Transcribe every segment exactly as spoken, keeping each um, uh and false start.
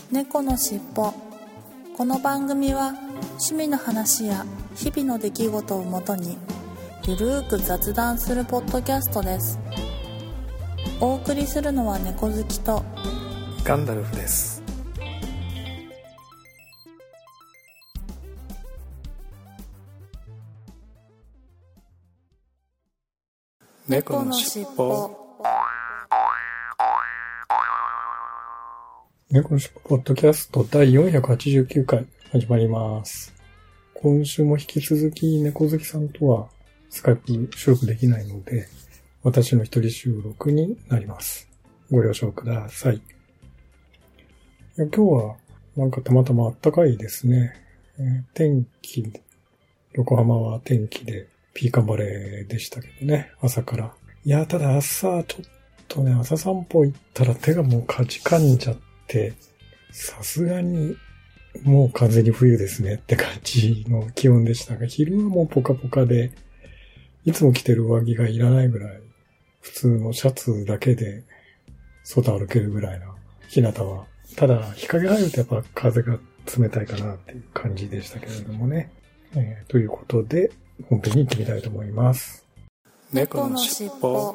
猫のしっぽ。この番組は趣味の話や日々の出来事をもとにゆるーく雑談するポッドキャストです。お送りするのは猫好きとガンダルフです。猫のしっぽ。猫のしっぽポッドキャストだいよんひゃくはちじゅうきゅうかい始まります。今週も引き続き猫好きさんとはスカイプ収録できないので、私の一人収録になります。ご了承ください。いや、今日はなんかたまたま暖かいですね。えー、天気、横浜は天気でピーカンバレーでしたけどね、朝から。いや、ただ朝ちょっとね、朝散歩行ったら手がもうかじかんじゃって、さすがにもう風に冬ですねって感じの気温でしたが、昼はもうポカポカで、いつも着てる上着がいらないぐらい、普通のシャツだけで外歩けるぐらいな日向は。ただ日陰入るとやっぱ風が冷たいかなっていう感じでしたけれどもね。えー、ということで本編に行ってみたいと思います。 猫のしっぽ。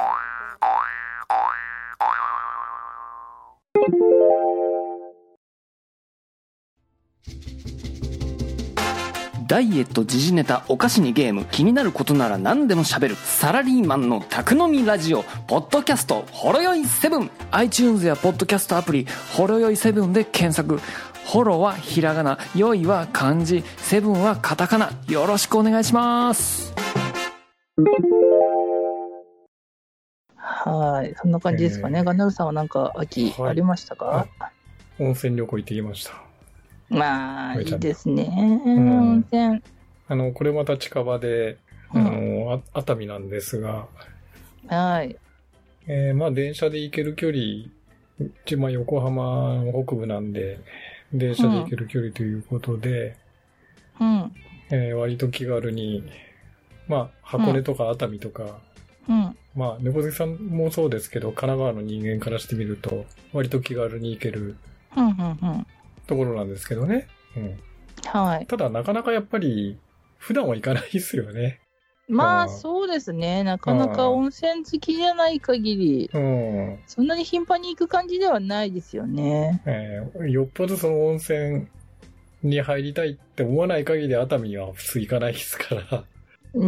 ダイエット、時事ネタ、お菓子にゲーム、気になることなら何でも喋るサラリーマンの宅飲みラジオポッドキャストほろよいセブン。 iTunes やポッドキャストアプリほろよいセブンで検索。ホロはひらがな、よいは漢字、セブンはカタカナ。よろしくお願いします。 はい、そんな感じですかね。えー、ガンダルさんは何か秋ありましたか？はい、 温泉旅行行ってきました。 まあいいですね、うん、温泉。 あのこれまた近場で、あの、うん、熱海なんですが、 はい。 えー、まあ電車で行ける距離、まあ横浜の北部なんで電車で行ける距離ということで、 うん、 えー、割と気軽に、まあ箱根とか熱海とか、 うん、 まあ猫好きさんもそうですけど、神奈川の人間からしてみると割と気軽に行ける。 うんうんうんところなんですけどね。うん。 はい。 ただなかなかやっぱり普段は行かないですよね。 まあそうですね。なかなか温泉好きじゃない限り、うん、そんなに頻繁に行く感じではないですよね。 えー、よっぽどその温泉に入りたいって思わない限り熱海は普通行かないですから。 うん。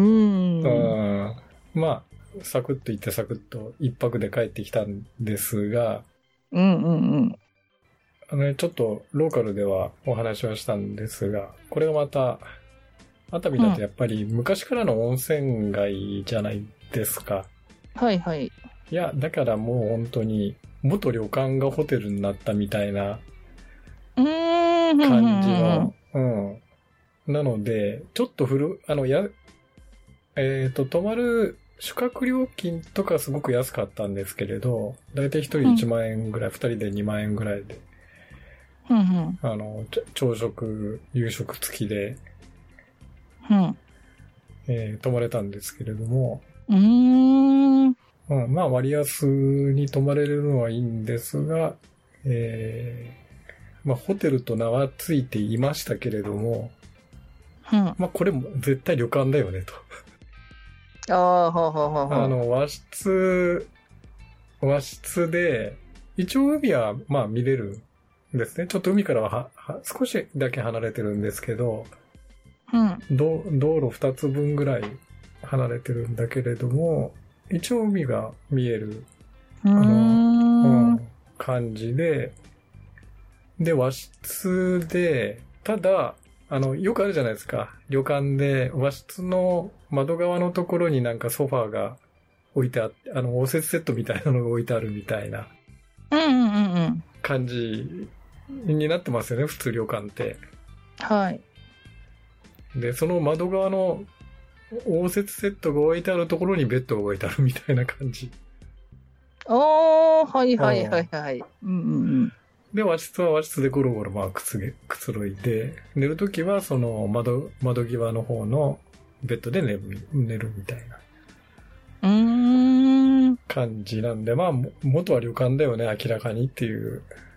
うん。まあサクッと行ってサクッと一泊で帰ってきたんですが。 うんうんうん。 あのね、ちょっとローカルではお話はしたんですが、これがまた、熱海だとやっぱり昔からの温泉街じゃないですか。 うん、はいはい。 いや、だからもう本当に、元旅館がホテルになったみたいな感じの、うん。なので、ちょっと古、あの、や、えっと、泊まる宿泊料金とかすごく安かったんですけれど、だいたいひとりいちまんえんぐらい、ふたりでにまんえんぐらいで、 うんうん、 あの朝食夕食付きで、 うんえー、泊まれたんですけれども、 うーん、 うん、まあ割安に泊まれるのはいいんですが、えー、まあホテルと名はついていましたけれども、 うん、 まあこれも絶対旅館だよねと。 ああ、ほうほうほうほう。 あの和室和室で一応海はまあ見れる。ですね。ちょっと海からははは少しだけ離れてるんですけど、 うん、 ど道路二つ分ぐらい離れてるんだけれども、一応海が見えるあの、うん、 感じで、で和室で、ただあのよくあるじゃないですか。旅館で和室の窓側のところになんかソファーが置いてあって、あの応接セットみたいなのが置いてあるみたいな感じになってますよね、普通旅館って。 はい。 で、その窓側の応接セットが置いてあるところにベッドが置いてあるみたいな感じ。 ああ、はいはいはいはい。うんうんうん。 で、和室は和室でゴロゴロまあくつげ、くつろいで、寝るときはその窓、窓際の方のベッドで寝る、寝るみたいな。 うーん。 感じなんで、まあ、元は旅館だよね、明らかにっていう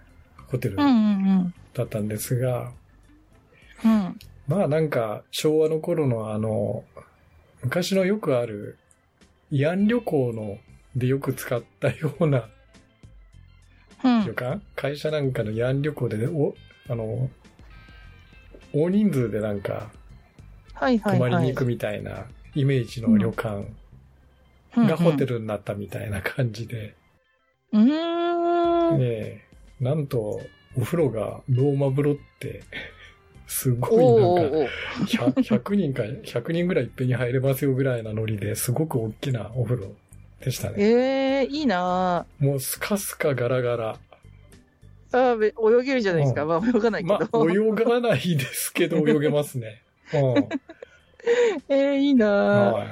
ホテルだったんですが、 うんうんうん、 まあなんか昭和の頃のあの、昔のよくある慰安旅行のでよく使ったような旅館、うん、会社なんかの慰安旅行で、ね、おあの大人数でなんか泊まりに行くみたいなイメージの旅館がホテルになったみたいな感じで、 うんうん、 ねえ、なんとお風呂がローマ風呂ってすごいなんか 100, ひゃくにんかひゃくにんぐらいいっぺんに入れますよぐらいなノリですごく大きなお風呂でしたね。 ええー、いいなぁ。 もうスカスカガラガラ。 ああ、泳げるじゃないですか。うん、まあ泳がないけど。まあ泳がないですけど泳げますね。うん、 ええー、いいなぁ、 はい。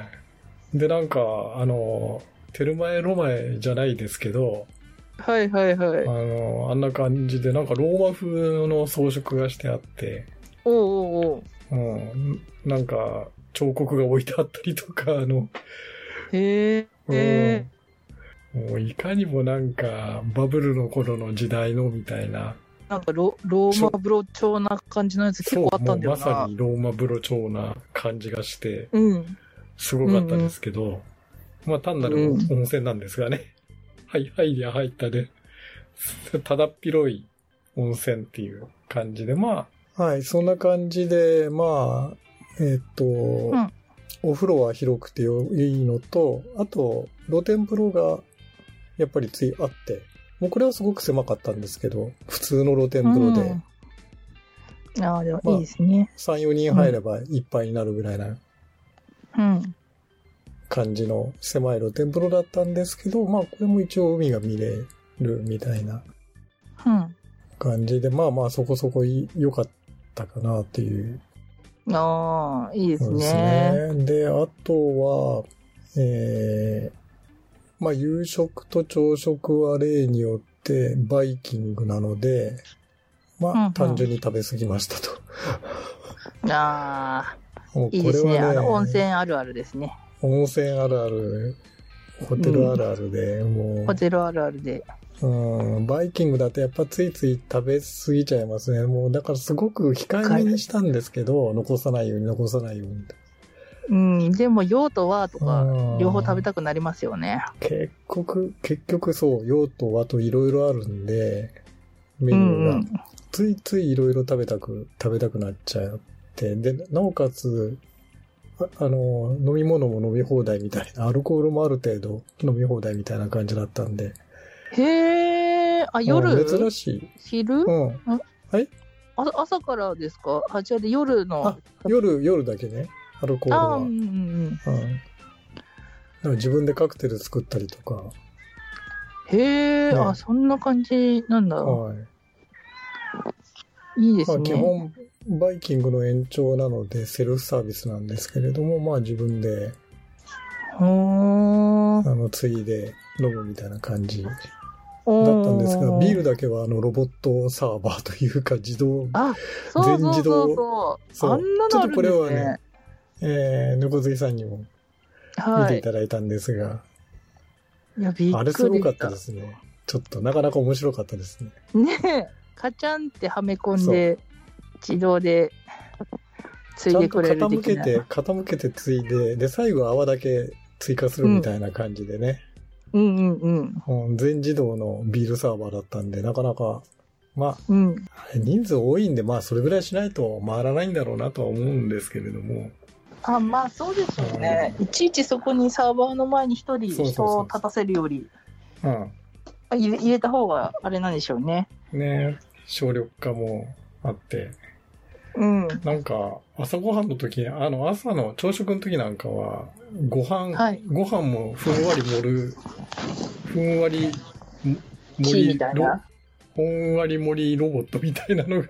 で、なんか、あの、テルマエロマエじゃないですけど、 はいはいはい。 あの、あんな感じで、なんかローマ風の装飾がしてあって、 おうおうおう。 うん。なんか、彫刻が置いてあったりとか、あの、 へえ。 うん、もういかにもなんか、バブルの頃の時代のみたいな。 なんかロ、ローマ風呂調な感じのやつ結構あったんだよな。 そう、まさにローマ風呂調な感じがして、 うん。 すごかったですけど、うんうん、まあ単なる温泉なんですがね。うん、はい、入りゃ入ったで、ただっ広い温泉っていう感じで、まあ、はい、そんな感じで、まあ、えー、っと、うん、お風呂は広くていいのと、あと、露天風呂がやっぱりついあって、もうこれはすごく狭かったんですけど、普通の露天風呂で。 うん、ああ、でもいいですね。 まあ、さん、よにん入ればいっぱいになるぐらいな感じの狭い露天風呂だったんですけど、まあこれも一応海が見れるみたいな感じで、うん、まあまあそこそこ良かったかなっていう。 ああ、いいですね。 ですね。で、あとは、えー、まあ夕食と朝食は例によってバイキングなので、まあ、うんうん、単純に食べ過ぎましたと。 ああ、もうこれはね、いいですね。あの温泉あるあるですね。 温泉あるある、ホテルあるあるで、うん、もう。 ホテルあるあるで。 うん、バイキングだとやっぱついつい食べ過ぎちゃいますね。もうだからすごく控えめにしたんですけど、残さないように残さないように。 うん、でも用途はとか、両方食べたくなりますよね。 結局、結局そう、用途はといろいろあるんで、メニューが、うんうん、ついついいろいろ食べたく、食べたくなっちゃって、で、なおかつ、あ, あの、飲み物も飲み放題みたいな、アルコールもある程度飲み放題みたいな感じだったんで。 へー、あ、夜？ 珍しい。 昼？ うん。はいあ？朝からですか？あ、違うで夜の。 あ、夜、夜だけね。アルコールは。あ、うんうんうん。うん。だから自分でカクテル作ったりとか。 へー、ね、あ、そんな感じなんだ。はい。いいですね。 まあ、基本、バイキングの延長なのでセルフサービスなんですけれども、まあ自分で、あの、ついで飲むみたいな感じだったんですが、ビールだけはあのロボットサーバーというか自動、 あ、そうそうそうそう。そうあんなのあるんですね。ちょっとこれはね、 えー、猫好きさんにも見ていただいたんですが、はい、 いやびっくりした。 あれすごかったですね。ちょっとなかなか面白かったですね。 ねえ、カチャンってはめ込んで、自動でついでくれる的な。 ちゃんと傾けて、傾けてついで、で、最後泡だけ追加するみたいな感じでね。 うんうんうんうん。 全自動のビールサーバーだったんで、なかなか、まあ、うん、人数多いんで、まあ、それぐらいしないと回らないんだろうなとは思うんですけれども。 あ、まあ、そうですよね。いちいちそこにサーバーの前に一人人を立たせるより、うん。入れ、入れた方があれなんでしょうね。 ね、省力化もあって。 うん。 なんか、朝ごはんの時、あの、朝の朝食の時なんかは、ご飯、はい、ご飯もふんわり盛る、ふんわり盛り、 みたいなふんわり盛りロボットみたいなのがあって、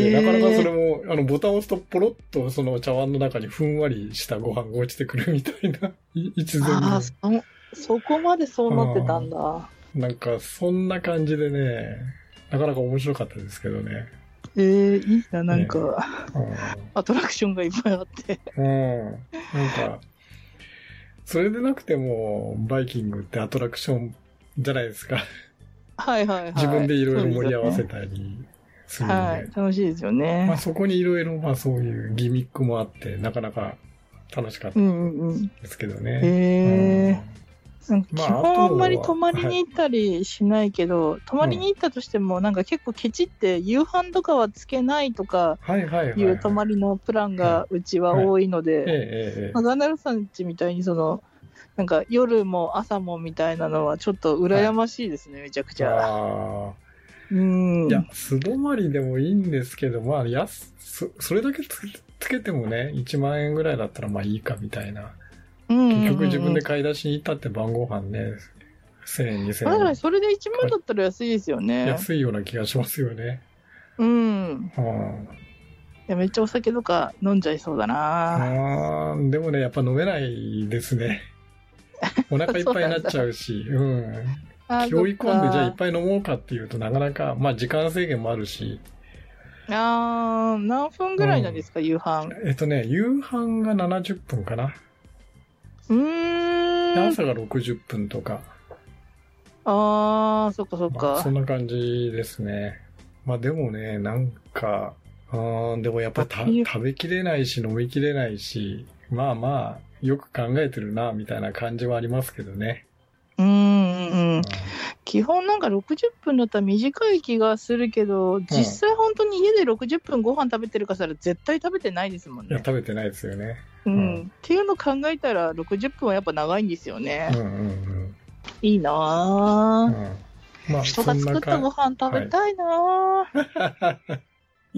なかなかそれも、あの、ボタンを押すとポロッとその茶碗の中にふんわりしたご飯が落ちてくるみたいな、一前に。ああ、そ、そこまでそうなってたんだ。 なんか、そんな感じでね、なかなか面白かったですけどね。 えー、いいな、なんか、ね、アトラクションがいっぱいあって。 うん。なんか、それでなくても、バイキングってアトラクションじゃないですか。 はいはいはい。 自分でいろいろ盛り合わせたりするので。 はい。楽しいですよね。 まあそこにいろいろまあそういうギミックもあって、なかなか楽しかったですけどね。 うんうんうん、へー。うん、基本あんまり泊まりに行ったりしないけど、はい、泊まりに行ったとしても、なんか結構ケチって夕飯とかはつけないとかいう泊まりのプランがうちは多いので、ガンダルさんちみたいにその、なんか夜も朝もみたいなのはちょっと羨ましいですね、はい、めちゃくちゃ。あうん。いや、素泊まりでもいいんですけど、まあ、やす、そ、それだけ つ, つけてもね、いちまんえんぐらいだったらまあいいかみたいな。結局自分で買い出しに行ったって晩ご飯ね、せんえん、にせんえん。 あら、それでいちまんだったら安いですよね。 安いような気がしますよね。 うん。はあ、いや、めっちゃお酒とか飲んじゃいそうだな。 あでもね、やっぱ飲めないですね。お腹いっぱいになっちゃうし、う, うん。気を追い込んでじゃあいっぱい飲もうかっていうとなかなか、まあ時間制限もあるし。 あー、何分ぐらいなんですか、うん、夕飯。 えっとね、夕飯がななじゅっぷんかな。 うーん。 朝がろくじゅっぷんとか。 あー、そっかそっか、 まあ。そんな感じですね。まあでもね、なんか、あでもやっぱり食べきれないし飲みきれないし、まあまあ、よく考えてるな、みたいな感じはありますけどね。 うんうんうん。基本なんかろくじゅっぷんだったら短い気がするけど、実際本当に家でろくじゅっぷんご飯食べてるかしたら絶対食べてないですもんね。 いや、食べてないですよね。 うん。うん、っていうの考えたらろくじゅっぷんはやっぱ長いんですよね。 うんうんうん。 いいなぁ、うんまあ、人が作ったご飯食べたいなぁ、はい、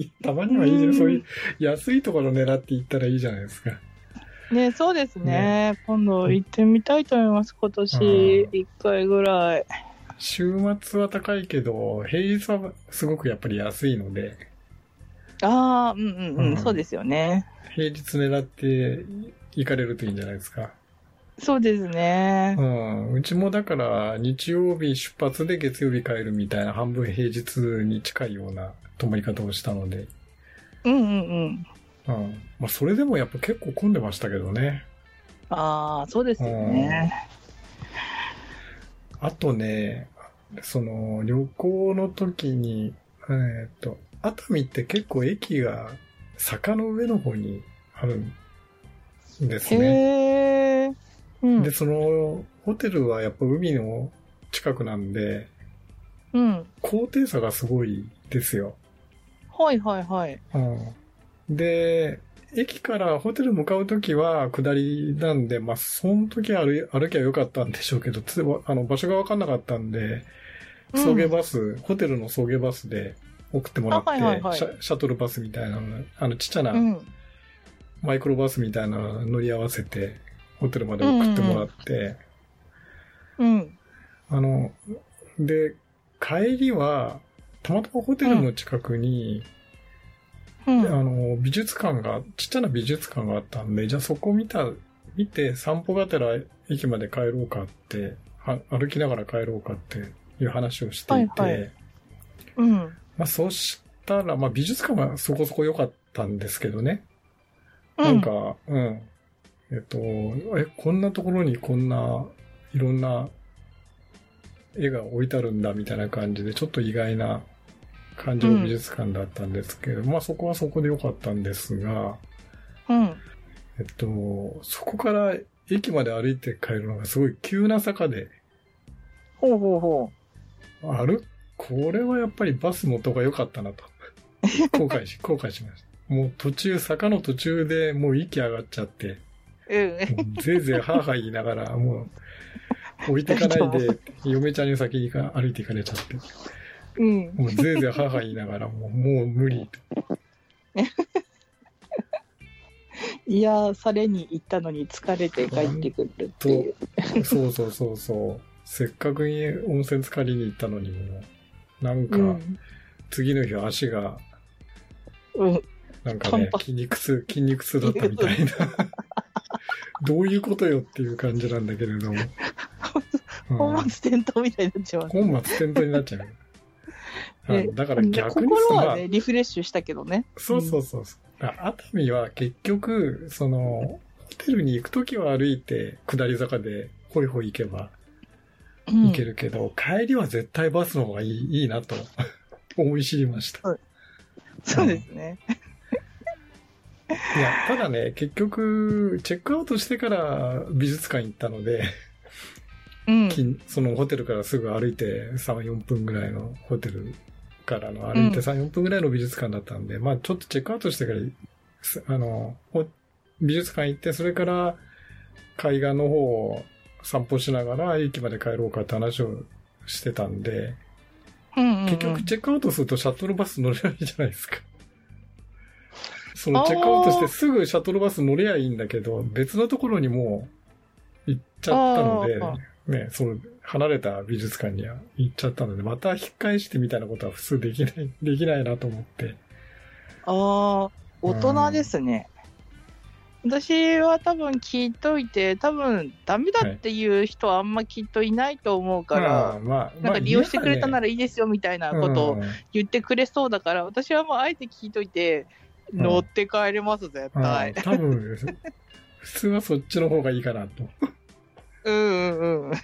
たまにはいいじゃん。そういう安いところ狙っていったらいいじゃないですか。 ね、そうですね。ね今度行ってみたいと思います。今年いっかいぐらい。 週末は高いけど、平日はすごくやっぱり安いので。 ああ、うんうんうん、うん、そうですよね。 平日狙って行かれるといいんじゃないですか。 そうですね。 うん。うちもだから日曜日出発で月曜日帰るみたいな半分平日に近いような泊まり方をしたので。 うんうんうん。 うん。まあそれでもやっぱ結構混んでましたけどね。 ああ、そうですよね。 あとね、その旅行の時に、えっと、熱海って結構駅が坂の上の方にあるんですね。 へー。うん、 で、そのホテルはやっぱ海の近くなんで、 うん、 高低差がすごいですよ。 はいはいはい。 うん、で、駅からホテル向かうときは下りなんで、まあ、その時は歩、歩きゃよかったんでしょうけど、つあの場所が分かんなかったんで、送迎バス、うん、ホテルの送迎バスで送ってもらって、はいはいはい、シ, ャシャトルバスみたいなの、あのちっちゃなマイクロバスみたいなの乗り合わせて、ホテルまで送ってもらって、 うんうん、 あの、で、帰りは、たまたまホテルの近くに、うんうん、あの、美術館が、ちっちゃな美術館があったんで、じゃあそこ見た、見て散歩がてら駅まで帰ろうかって、歩きながら帰ろうかっていう話をしていて、はいはい、 うん。 まあそしたら、まあ美術館はそこそこ良かったんですけどね。うん、なんか、うん。えっと、え、こんなところにこんないろんな絵が置いてあるんだみたいな感じで、ちょっと意外な感じの美術館だったんですけど、うん、まあそこはそこで良かったんですが、 うん。 えっと、そこから駅まで歩いて帰るのがすごい急な坂で、 ほうほうほう。歩、これはやっぱりバス乗った方が良かったなと。後悔し、後悔しました。もう途中、坂の途中でもう息上がっちゃって、 うん、 ぜいぜいハーハー言いながら、もう、置いてかないで、嫁ちゃんに先に歩いていかれちゃって。 うん。 もうぜいぜいハーハー言いながら、もう、もう無理と。 いやされに行ったのに疲れて帰ってくるっていう。 そうそうそうそう。せっかくに温泉浸かりに行ったのにも、なんか、うん、次の日足が、 うん、 なんかね、筋肉痛、筋肉痛だったみたいな。どういうことよっていう感じなんだけれども。 本末転倒みたいになっちゃう。 本末転倒になっちゃう。 ね、 だから逆に心はね、リフレッシュしたけどね。 そうそうそう。うん、熱海は結局、その、ホテルに行くときは歩いて、下り坂でホイホイ行けば、 行けるけど、うん、帰りは絶対バスの方がいい、いいなと思い知りました。 そう、そうですね。 いや、ただね、結局、チェックアウトしてから美術館行ったので、うん、そのホテルからすぐ歩いてさん、よんぷんぐらいのホテルからの歩いてさん、よんぷんぐらいの美術館だったんで、うん、まあちょっとチェックアウトしてから、あの、美術館行って、それから海岸の方を散歩しながら駅まで帰ろうかって話をしてたんで、うんうんうん、結局チェックアウトするとシャトルバス乗れないじゃないですか。そのチェックアウトしてすぐシャトルバス乗ればいいんだけど、別のところにもう行っちゃったので、ね、その離れた美術館には行っちゃったので、また引っ返してみたいなことは普通できない、できないなと思って。 ああ、大人ですね。うん、私は多分聞いといて、多分ダメだっていう人はあんまきっといないと思うから、はい、まあ、なんか利用してくれたならいいですよみたいなことを言ってくれそうだから、うん、私はもうあえて聞いといて、乗って帰れます、絶対。 うん、多分、普通はそっちの方がいいかなと。 うんうんうん。うん、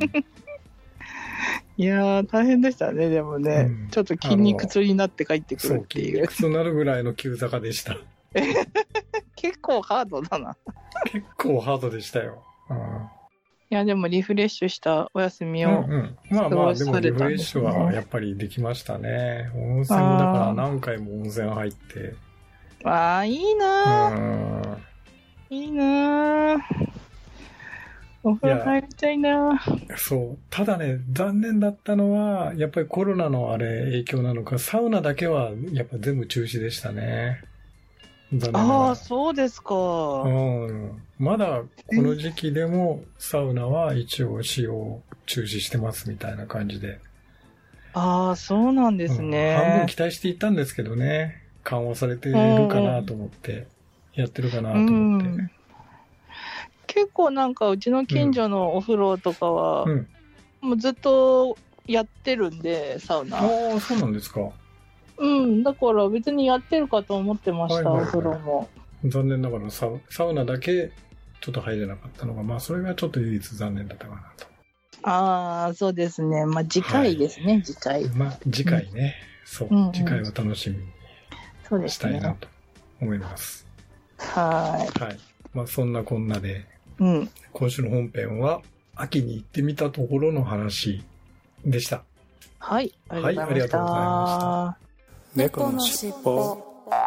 いやー、大変でしたね、でもね。うん、ちょっと筋肉痛になって帰ってくるっていう。 そう、筋肉痛になるぐらいの急坂でした。 結構ハードだな。 結構ハードでしたよ。うん、いや、でもリフレッシュしたお休みを、うんうん、 まあまあ、でもリフレッシュはやっぱりできましたね。温泉もだから何回も温泉入って。 ああ、いいなぁ。いいなぁ。お風呂入りたいなぁ。 そう。ただね、残念だったのは、やっぱりコロナのあれ影響なのか、サウナだけはやっぱ全部中止でしたね。 ああ、そうですか。うん。まだこの時期でもサウナは一応使用中止してますみたいな感じで。 ああ、そうなんですね、 うん。半分期待していったんですけどね。緩和されているかなと思って、やってるかなと思って、うん。 結構なんかうちの近所のお風呂とかは、うん、もうずっとやってるんで、サウナ。 ああ、そうなんですか。 うん、だから別にやってるかと思ってました、はいはいはい、お風呂も。 残念ながらサウ、サウナだけちょっと入れなかったのが、まあそれがちょっと唯一残念だったかなと。 ああ、そうですね。まあ次回ですね、はい、次回。 まあ次回ね、うん、そう、うんうん、次回は楽しみに。そうですね。したいなと思います。 はい。 はい。まあそんなこんなで、 うん、 今週の本編は秋に行ってみたところの話でした。 はい。 ありがとうございました。はい、ありがとうございました。 猫のしっぽ。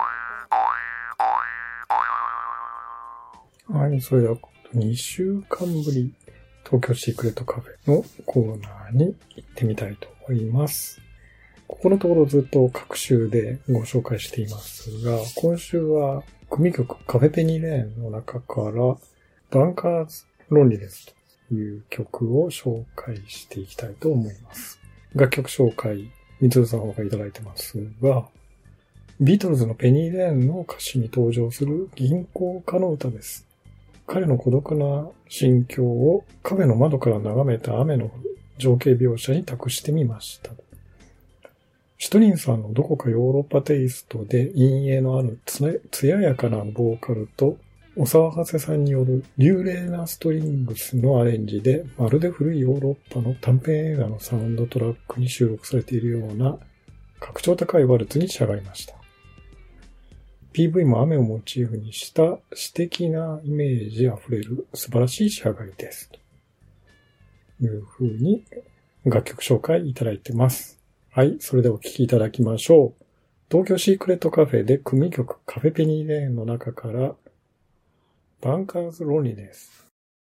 はい、それではにしゅうかんぶり、東京シークレットカフェのコーナーに行ってみたいと思います。ここのところずっと各週でご紹介していますが、今週は組曲カフェペニーレーンの中からバンカーズロンリネスという曲を紹介していきたいと思います。楽曲紹介、みつるさんがいただいてますが、ビートルズのペニーレーンの歌詞に登場する銀行家の歌です。彼の孤独な心境をカフェの窓から眺めた雨の情景描写に託してみました。シュトリンさんのどこかヨーロッパテイストで陰影のあるつ艶やかなボーカルと、お騒がせさんによる流麗なストリングスのアレンジで、まるで古いヨーロッパの短編映画のサウンドトラックに収録されているような格調高いワルツに仕上がりました。ピーブイ も雨をモチーフにした詩的なイメージあふれる素晴らしい仕上がりです。という風に楽曲紹介いただいてます。はい、それではお聴きいただきましょう。東京シークレットカフェで組曲カフェペニーレーンの中からバンカーズロンリネス。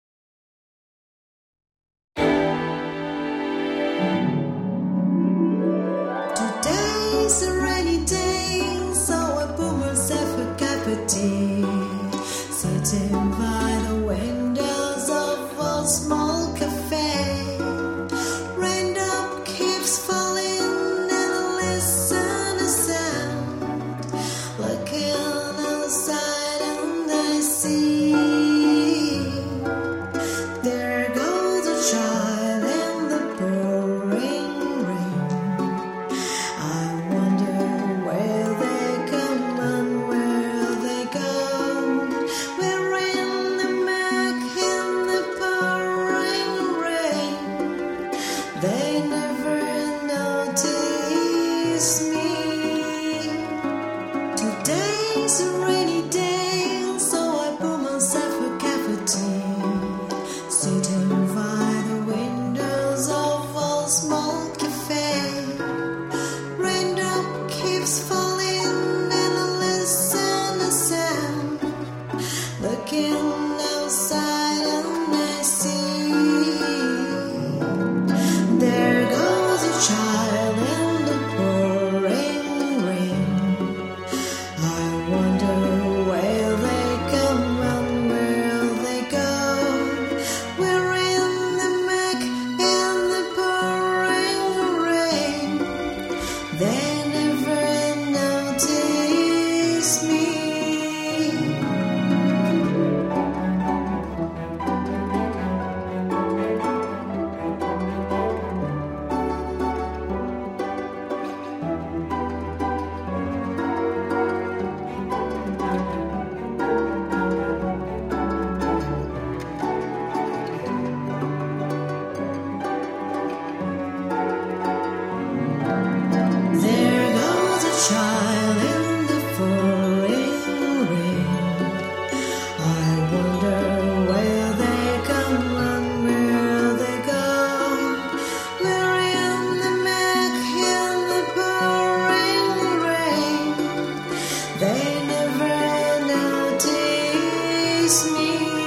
Today's a rainy day, so I put myself a cup of tea, sitting by the windows of a small cafe. Raindrop keeps falling and I listen to sound, looking outside and I see child in the falling rain. I wonder where they come and where they go. We're in the Mac in the pouring rain. They never notice me.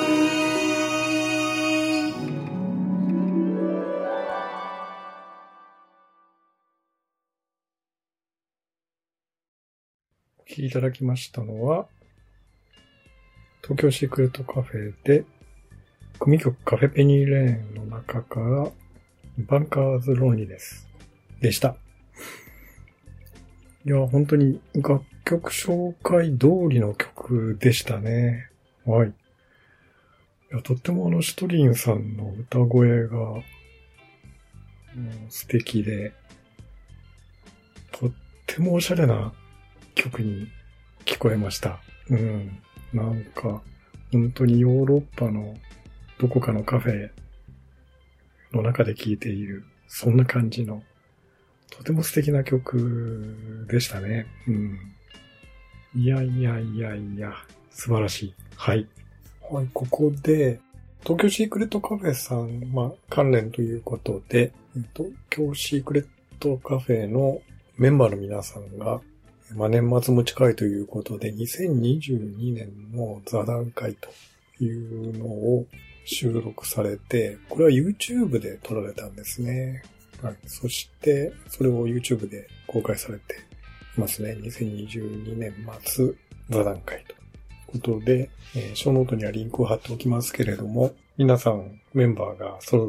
お聴きいただきましたのは、東京シークレットカフェで、組曲カフェペニーレーンの中から、バンカーズロンリネスでした。いや、本当に楽曲紹介通りの曲でしたね。はい。いや、とってもあの、シトリンさんの歌声が、うん、素敵で、とってもおしゃれな曲に聞こえました。うん。なんか、本当にヨーロッパのどこかのカフェの中で聴いている、そんな感じの、とても素敵な曲でしたね。うん。いやいやいやいや、素晴らしい。はい。はい、ここで、東京シークレットカフェさん、まあ、関連ということで、東京シークレットカフェのメンバーの皆さんが、まあ、年末も近いということで、にせんにじゅうにねんの座談会というのを収録されて、これは YouTube で撮られたんですね。はい。そして、それを YouTube で公開されていますね。にせんにじゅうにねん末座談会ということで、えー、ショーノートにはリンクを貼っておきますけれども、皆さんメンバーが揃って、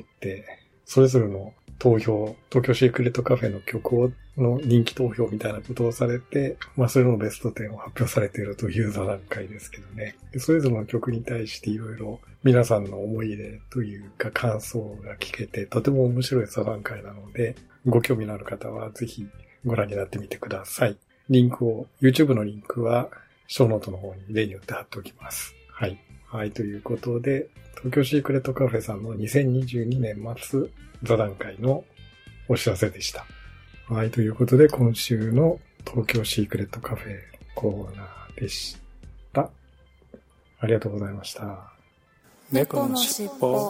それぞれの投票、東京シークレットカフェの曲をの人気投票みたいなことをされて、まあそれのベストじゅうを発表されているという座談会ですけどね。それぞれの曲に対していろいろ皆さんの思い出というか感想が聞けて、とても面白い座談会なので、ご興味のある方はぜひご覧になってみてください。リンクを、YouTube のリンクはショーノートの方に例によって貼っておきます。はい。はい、ということで、東京シークレットカフェさんのにせんにじゅうにねん末座談会のお知らせでした。はい、ということで今週の東京シークレットカフェコーナーでした。ありがとうございました。 猫のしっぽ。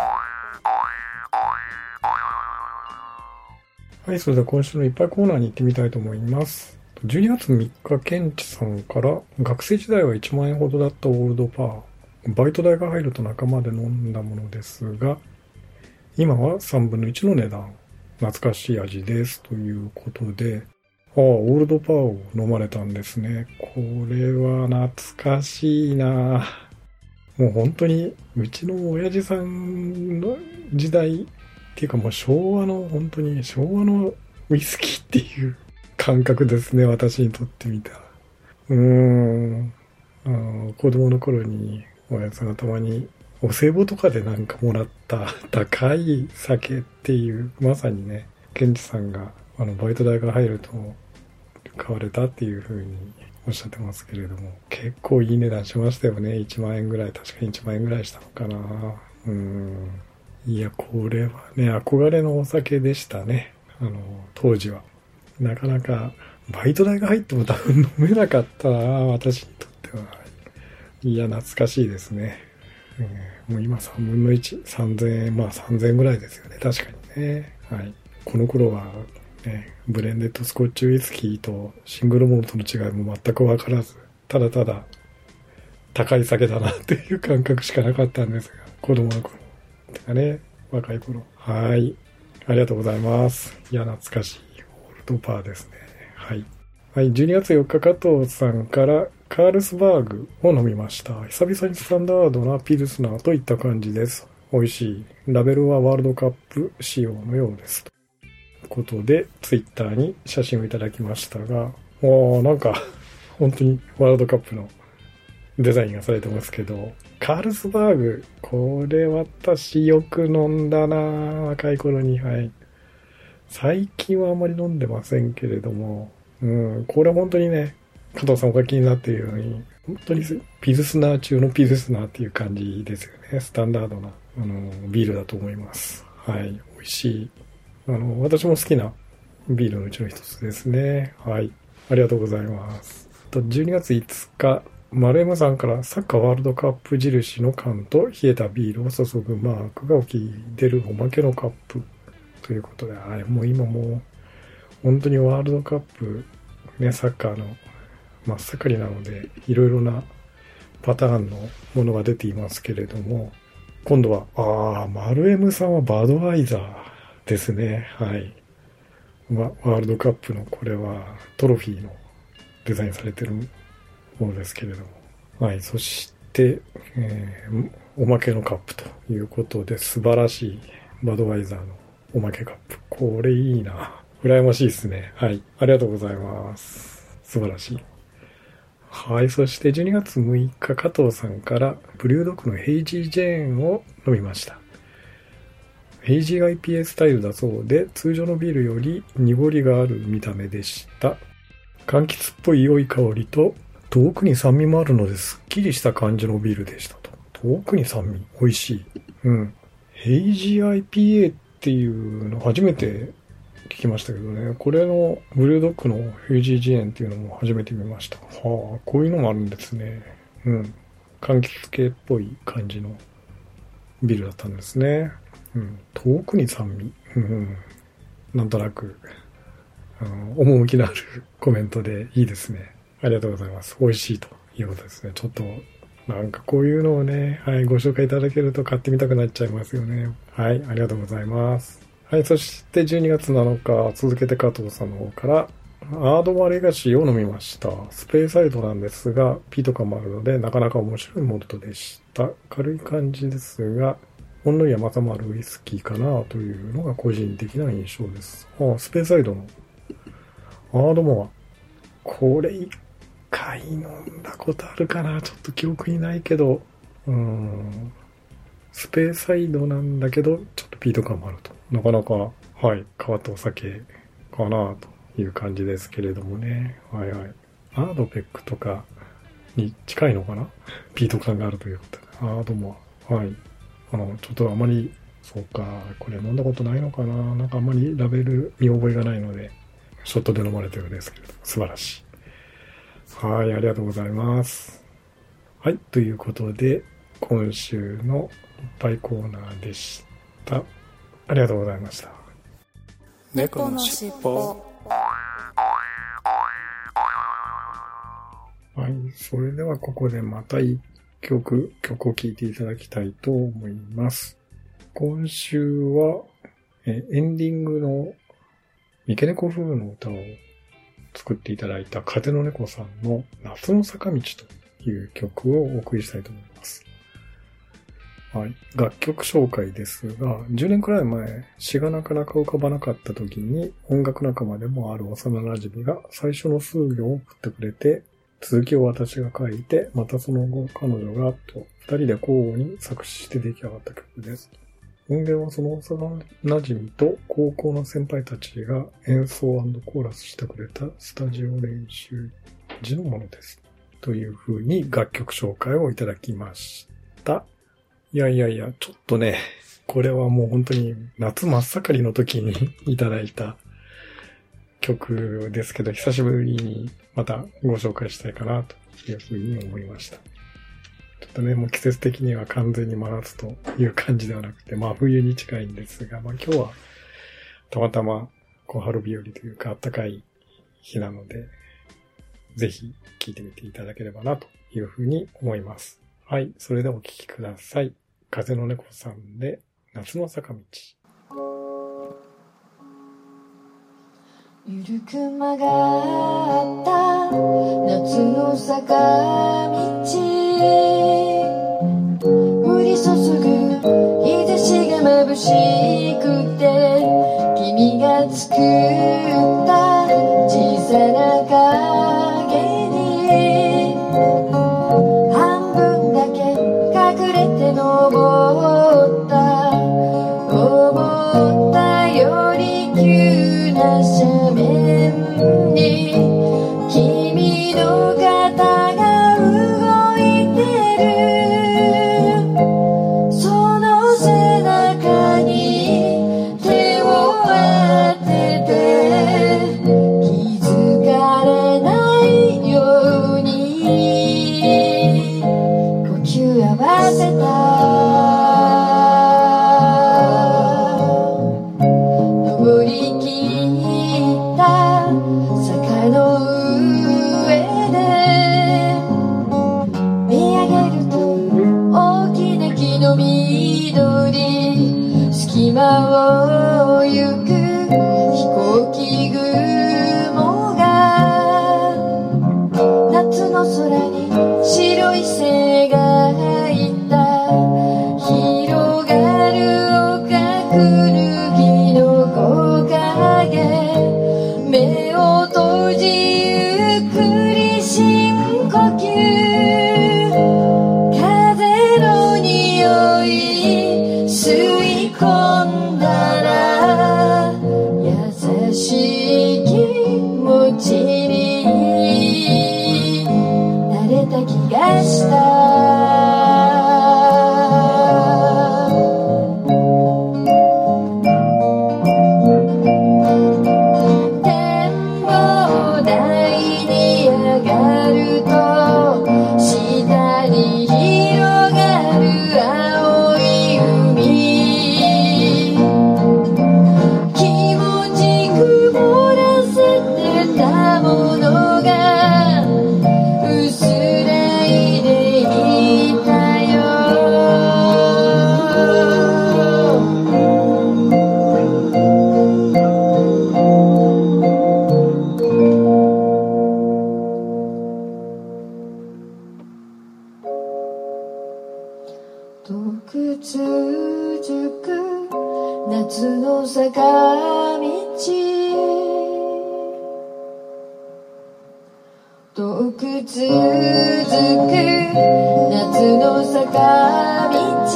はい、それでは今週のいっぱいコーナーに行ってみたいと思います。じゅうにがつみっか、ケンチさんから学生時代はいちまんえんほどだったオールドパー。バイト代が入ると仲間で飲んだものですが、今はさんぶんのいちの値段。懐かしい味です。ということで、ああ、オールドパーを飲まれたんですね。これは懐かしいな。もう本当に、うちの親父さんの時代っていうかもう昭和の、本当に昭和のウイスキーっていう感覚ですね。私にとってみたら。うーん。あの子供の頃に親父さんがたまにお歳暮とかでなんかもらった高い酒っていう、まさにね、ケンチさんがあのバイト代が入ると買われたっていう風におっしゃってますけれども、結構いい値段しましたよね。いちまんえんぐらい、確かにいちまんえんぐらいしたのかな。うーん。いや、これはね、憧れのお酒でしたね。あの、当時は。なかなか、バイト代が入っても多分飲めなかったな、私にとっては。いや、懐かしいですね。うん、もう今さんぶんのいち、さんぜんえん、まあさんぜんえんぐらいですよね。確かにね。はい。この頃は、ね、ブレンデッドスコッチウイスキーとシングルモルトの違いも全くわからず、ただただ高い酒だなっていう感覚しかなかったんですが、子供の頃。てかね、若い頃。はい。ありがとうございます。いや、懐かしいオールドパーですね。はい。はい。じゅうにがつよっか、加藤さんからカールスバーグを飲みました。久々にスタンダードなピルスナーといった感じです。美味しい。ラベルはワールドカップ仕様のようです。ということで、ツイッターに写真をいただきましたが、おー、なんか、本当にワールドカップのデザインがされてますけど、カールスバーグ、これ私よく飲んだな、若い頃に。はい。最近はあまり飲んでませんけれども、うん、これは本当にね、加藤さんお書きになっているように、本当にピルスナー中のピルスナーっていう感じですよね。スタンダードな、あの、ビールだと思います。はい。美味しい。あの、私も好きなビールのうちの一つですね。はい。 ありがとうございます。とじゅうにがついつか、丸 M さんからサッカーワールドカップ印の缶と冷えたビールを注ぐマークが浮き出るおまけのカップということで、あれもう今もう本当にワールドカップね、サッカーの真っ盛りなので、いろいろなパターンのものが出ていますけれども、今度は、ああ、丸 M さんはバドワイザーですね。はい。ワールドカップのこれはトロフィーのデザインされてるものですけれども。はい。そして、えー、おまけのカップということで、素晴らしいバドワイザーのおまけカップ。これいいな。羨ましいですね。はい。ありがとうございます。素晴らしい。はい。そしてじゅうにがつむいか、加藤さんからブリュードックのヘイジージェーンを飲みました。ヘイジー アイピーエー スタイルだそうで、通常のビールより濁りがある見た目でした。柑橘っぽい良い香りと、遠くに酸味もあるのですっきりした感じのビールでしたと。遠くに酸味。美味しい。うん。ヘイジー アイピーエー っていうの初めて聞きましたけどね。これのブルードックのヘイジージェーンっていうのも初めて見ました。はあ、こういうのもあるんですね。うん。柑橘系っぽい感じのビールだったんですね。うん。遠くに酸味。うん。なんとなく、あの、趣のあるコメントでいいですね。ありがとうございます。美味しいということですね。ちょっと、なんかこういうのをね、はい、ご紹介いただけると買ってみたくなっちゃいますよね。はい、ありがとうございます。はい、そしてじゅうにがつなのか、続けて加藤さんの方から、アードマレガシーを飲みました。スペーサイドなんですが、ピーとかもあるので、なかなか面白いモルトでした。軽い感じですが、ほんのり甘さもあるウイスキーかなというのが個人的な印象です。あ、スペーサイドのアードモア。これ一回飲んだことあるかな、ちょっと記憶にないけど、うーん。スペーサイドなんだけど、ちょっとピート感もあると。なかなか、はい、変わったお酒かなという感じですけれどもね。はいはい。アードペックとかに近いのかなピート感があるということで。アードモア。はい。あの、ちょっとあまり、そうか、これ飲んだことないのかな、なんかあんまりラベル見覚えがないので、ショットで飲まれてるんですけれども、素晴らしい。はい、ありがとうございます。はい、ということで、今週のいっぱいコーナーでした。ありがとうございました。 猫のしっぽ。 はい、それではここでまた一曲、曲を聴いていただきたいと思います。今週は、えエンディングの三毛猫風の歌を作っていただいた風の猫さんの夏の坂道という曲をお送りしたいと思います。はい。楽曲紹介ですが、じゅうねんくらい前、詩がなかなか浮かばなかった時に音楽仲間でもある幼馴染が最初の数行を送ってくれて、続きを私が書いて、またその後彼女がと二人で交互に作詞して出来上がった曲です。音源はその幼馴染と高校の先輩たちが演奏&コーラスしてくれたスタジオ練習時のものです。という風に楽曲紹介をいただきました。いやいやいや、ちょっとね、これはもう本当に夏真っ盛りの時にいただいた曲ですけど、久しぶりにまたご紹介したいかなという風に思いました。ちょっとね、もう季節的には完全に真夏という感じではなくて、まあ冬に近いんですが、まあ今日はたまたまこう春日和というか暖かい日なので、ぜひ聴いてみていただければなという風に思います。はい、それではお聴きください。風の猫さんで夏の坂道。 ゆるく曲がった夏の坂道、降り注ぐ日差しが眩しくて、君が作った小さな影に半分だけ隠れて登った、思ったより急な斜面に君の肩が動いてる、その背中に目を閉じゆっくり深呼吸風の匂い吸い込んだら優しい気持ちになれた気がした遠く続く夏の坂道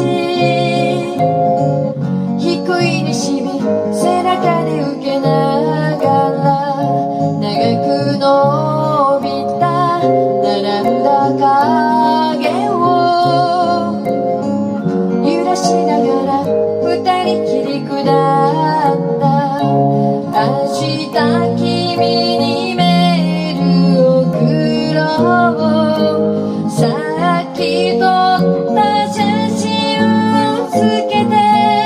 低い西日背中で受けながら長く伸びた並んだ影を揺らしながら二人切り下った明日君にさっき撮った写真をつけて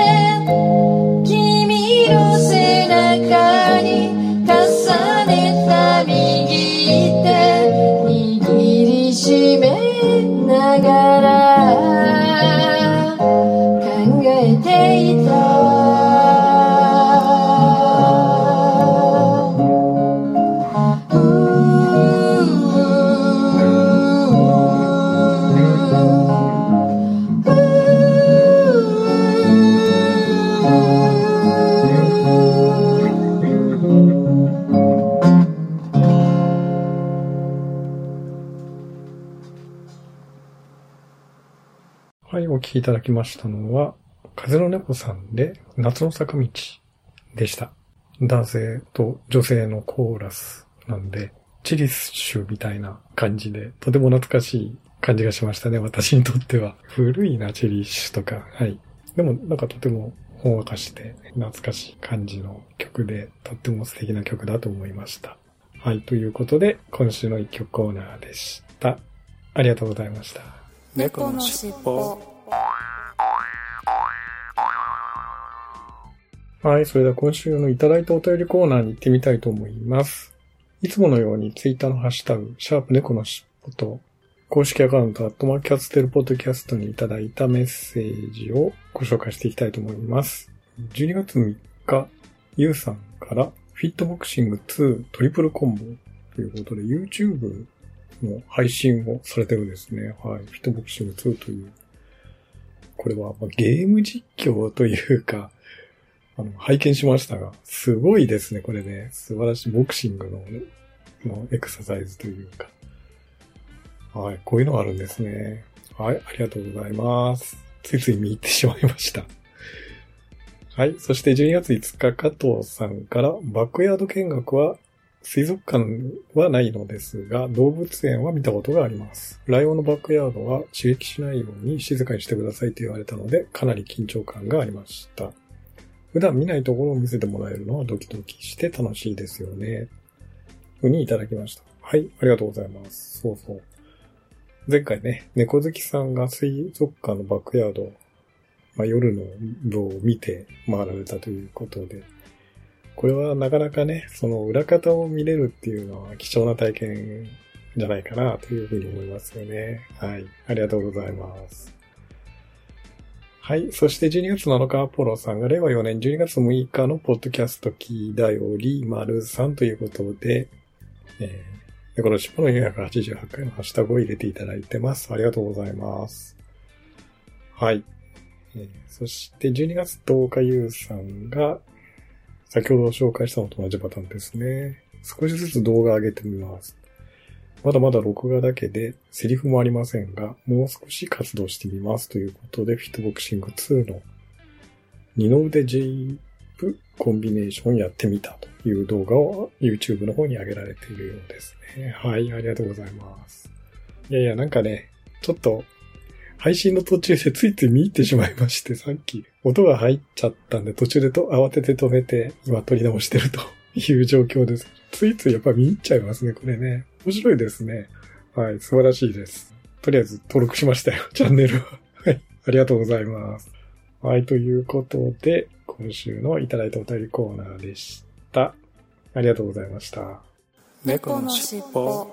君の背中に重ねた右手握りしめながら考えていたはい、お聞きいただきましたのは、風の猫さんで夏の坂道でした。男性と女性のコーラスなんで、チリッシュみたいな感じで、とても懐かしい感じがしましたね、私にとっては。古いな、チリッシュとか。はい。でもなんかとてもほんわかして懐かしい感じの曲で、とっても素敵な曲だと思いました。はい、ということで、今週の一曲コーナーでした。ありがとうございました。 猫のしっぽ。 はい、それでは今週のいただいたお便りコーナーに行ってみたいと思います。いつものようにツイッターのハッシュタグ、シャープ猫のしっぽと、公式アカウント、アットマークキャステルポッドキャストにいただいたメッセージをご紹介していきたいと思います。じゅうにがつみっか、ゆうさんからフィットボクシングツートリプルコンボということで YouTube の配信をされてるんですね。はい。フィットボクシングツーという。これはゲーム実況というか、あの、拝見しましたが、すごいですね、これね。素晴らしいボクシングの、のエクササイズというか。はい、こういうのがあるんですね。はい、ありがとうございます。ついつい見入ってしまいました。はい、そしてじゅうにがついつか、加藤さんから、バックヤード見学は、水族館はないのですが、動物園は見たことがあります。ライオンのバックヤードは刺激しないように静かにしてくださいと言われたので、かなり緊張感がありました。普段見ないところを見せてもらえるのはドキドキして楽しいですよね。ふうにいただきました。はい、ありがとうございます。そうそう。前回ね、猫好きさんが水族館のバックヤード、まあ、夜の部を見て回られたということで、これはなかなかね、その裏方を見れるっていうのは貴重な体験じゃないかなというふうに思いますよね。はい、ありがとうございます。はい。そしてじゅうにがつなのか、アポロさんがれいわよねんじゅうにがつむいかのポッドキャストキーだより丸さんということで、えー、猫のしっぽのよんひゃくはちじゅうはちかいのハッシュタグを入れていただいてます。ありがとうございます。はい。えー、そしてじゅうにがつとおかゆうさんが、先ほど紹介したのと同じパターンですね。 少しずつ動画上げてみます。まだまだ録画だけでセリフもありませんが、もう少し活動してみますということで、フィットボクシングツーの二の腕 ジェイプコンビネーションやってみたという動画を YouTube の方に上げられているようですね。はい、ありがとうございます。いやいや、なんかね、ちょっと配信の途中でついつい見入ってしまいまして、さっき音が入っちゃったんで途中でと慌てて止めて今撮り直してるという状況です。ついついやっぱ見入っちゃいますね、これね。面白いですね。はい、素晴らしいです。とりあえず登録しましたよ、チャンネルは。はい、ありがとうございます。はい、ということで、今週のいただいたお便りコーナーでした。ありがとうございました。 猫のしっぽ。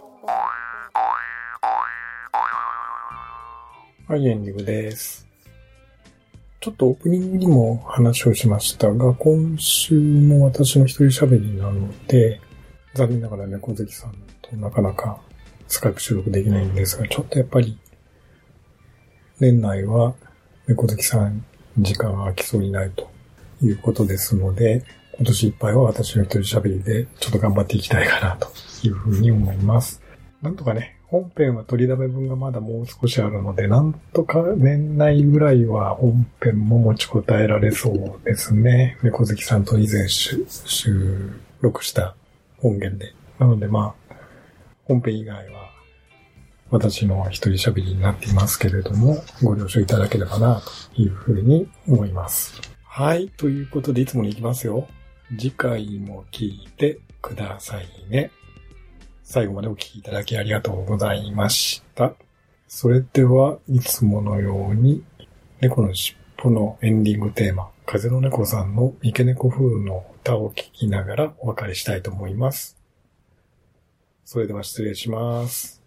はい、エンディングです。ちょっとオープニングにも話をしましたが、今週も私の一人喋りなので、残念ながら猫好きさんとなかなかスカイプ収録できないんですが、ちょっとやっぱり年内は猫好きさん時間が空きそうにないということですので、今年いっぱいは私の一人喋りでちょっと頑張っていきたいかなというふうに思います。なんとかね、本編は取りだめ分がまだもう少しあるので、なんとか年内ぐらいは本編も持ちこたえられそうですね。猫好きさんと以前収録した音源で。なのでまあ、本編以外は私の一人喋りになっていますけれども、ご了承いただければなというふうに思います。はい、ということでいつもに行きますよ。次回も聞いてくださいね。最後までお聞きいただきありがとうございました。それではいつものように猫のしっぽのエンディングテーマ、風の猫さんの三毛猫風の歌を聞きながらお別れしたいと思います。それでは失礼します。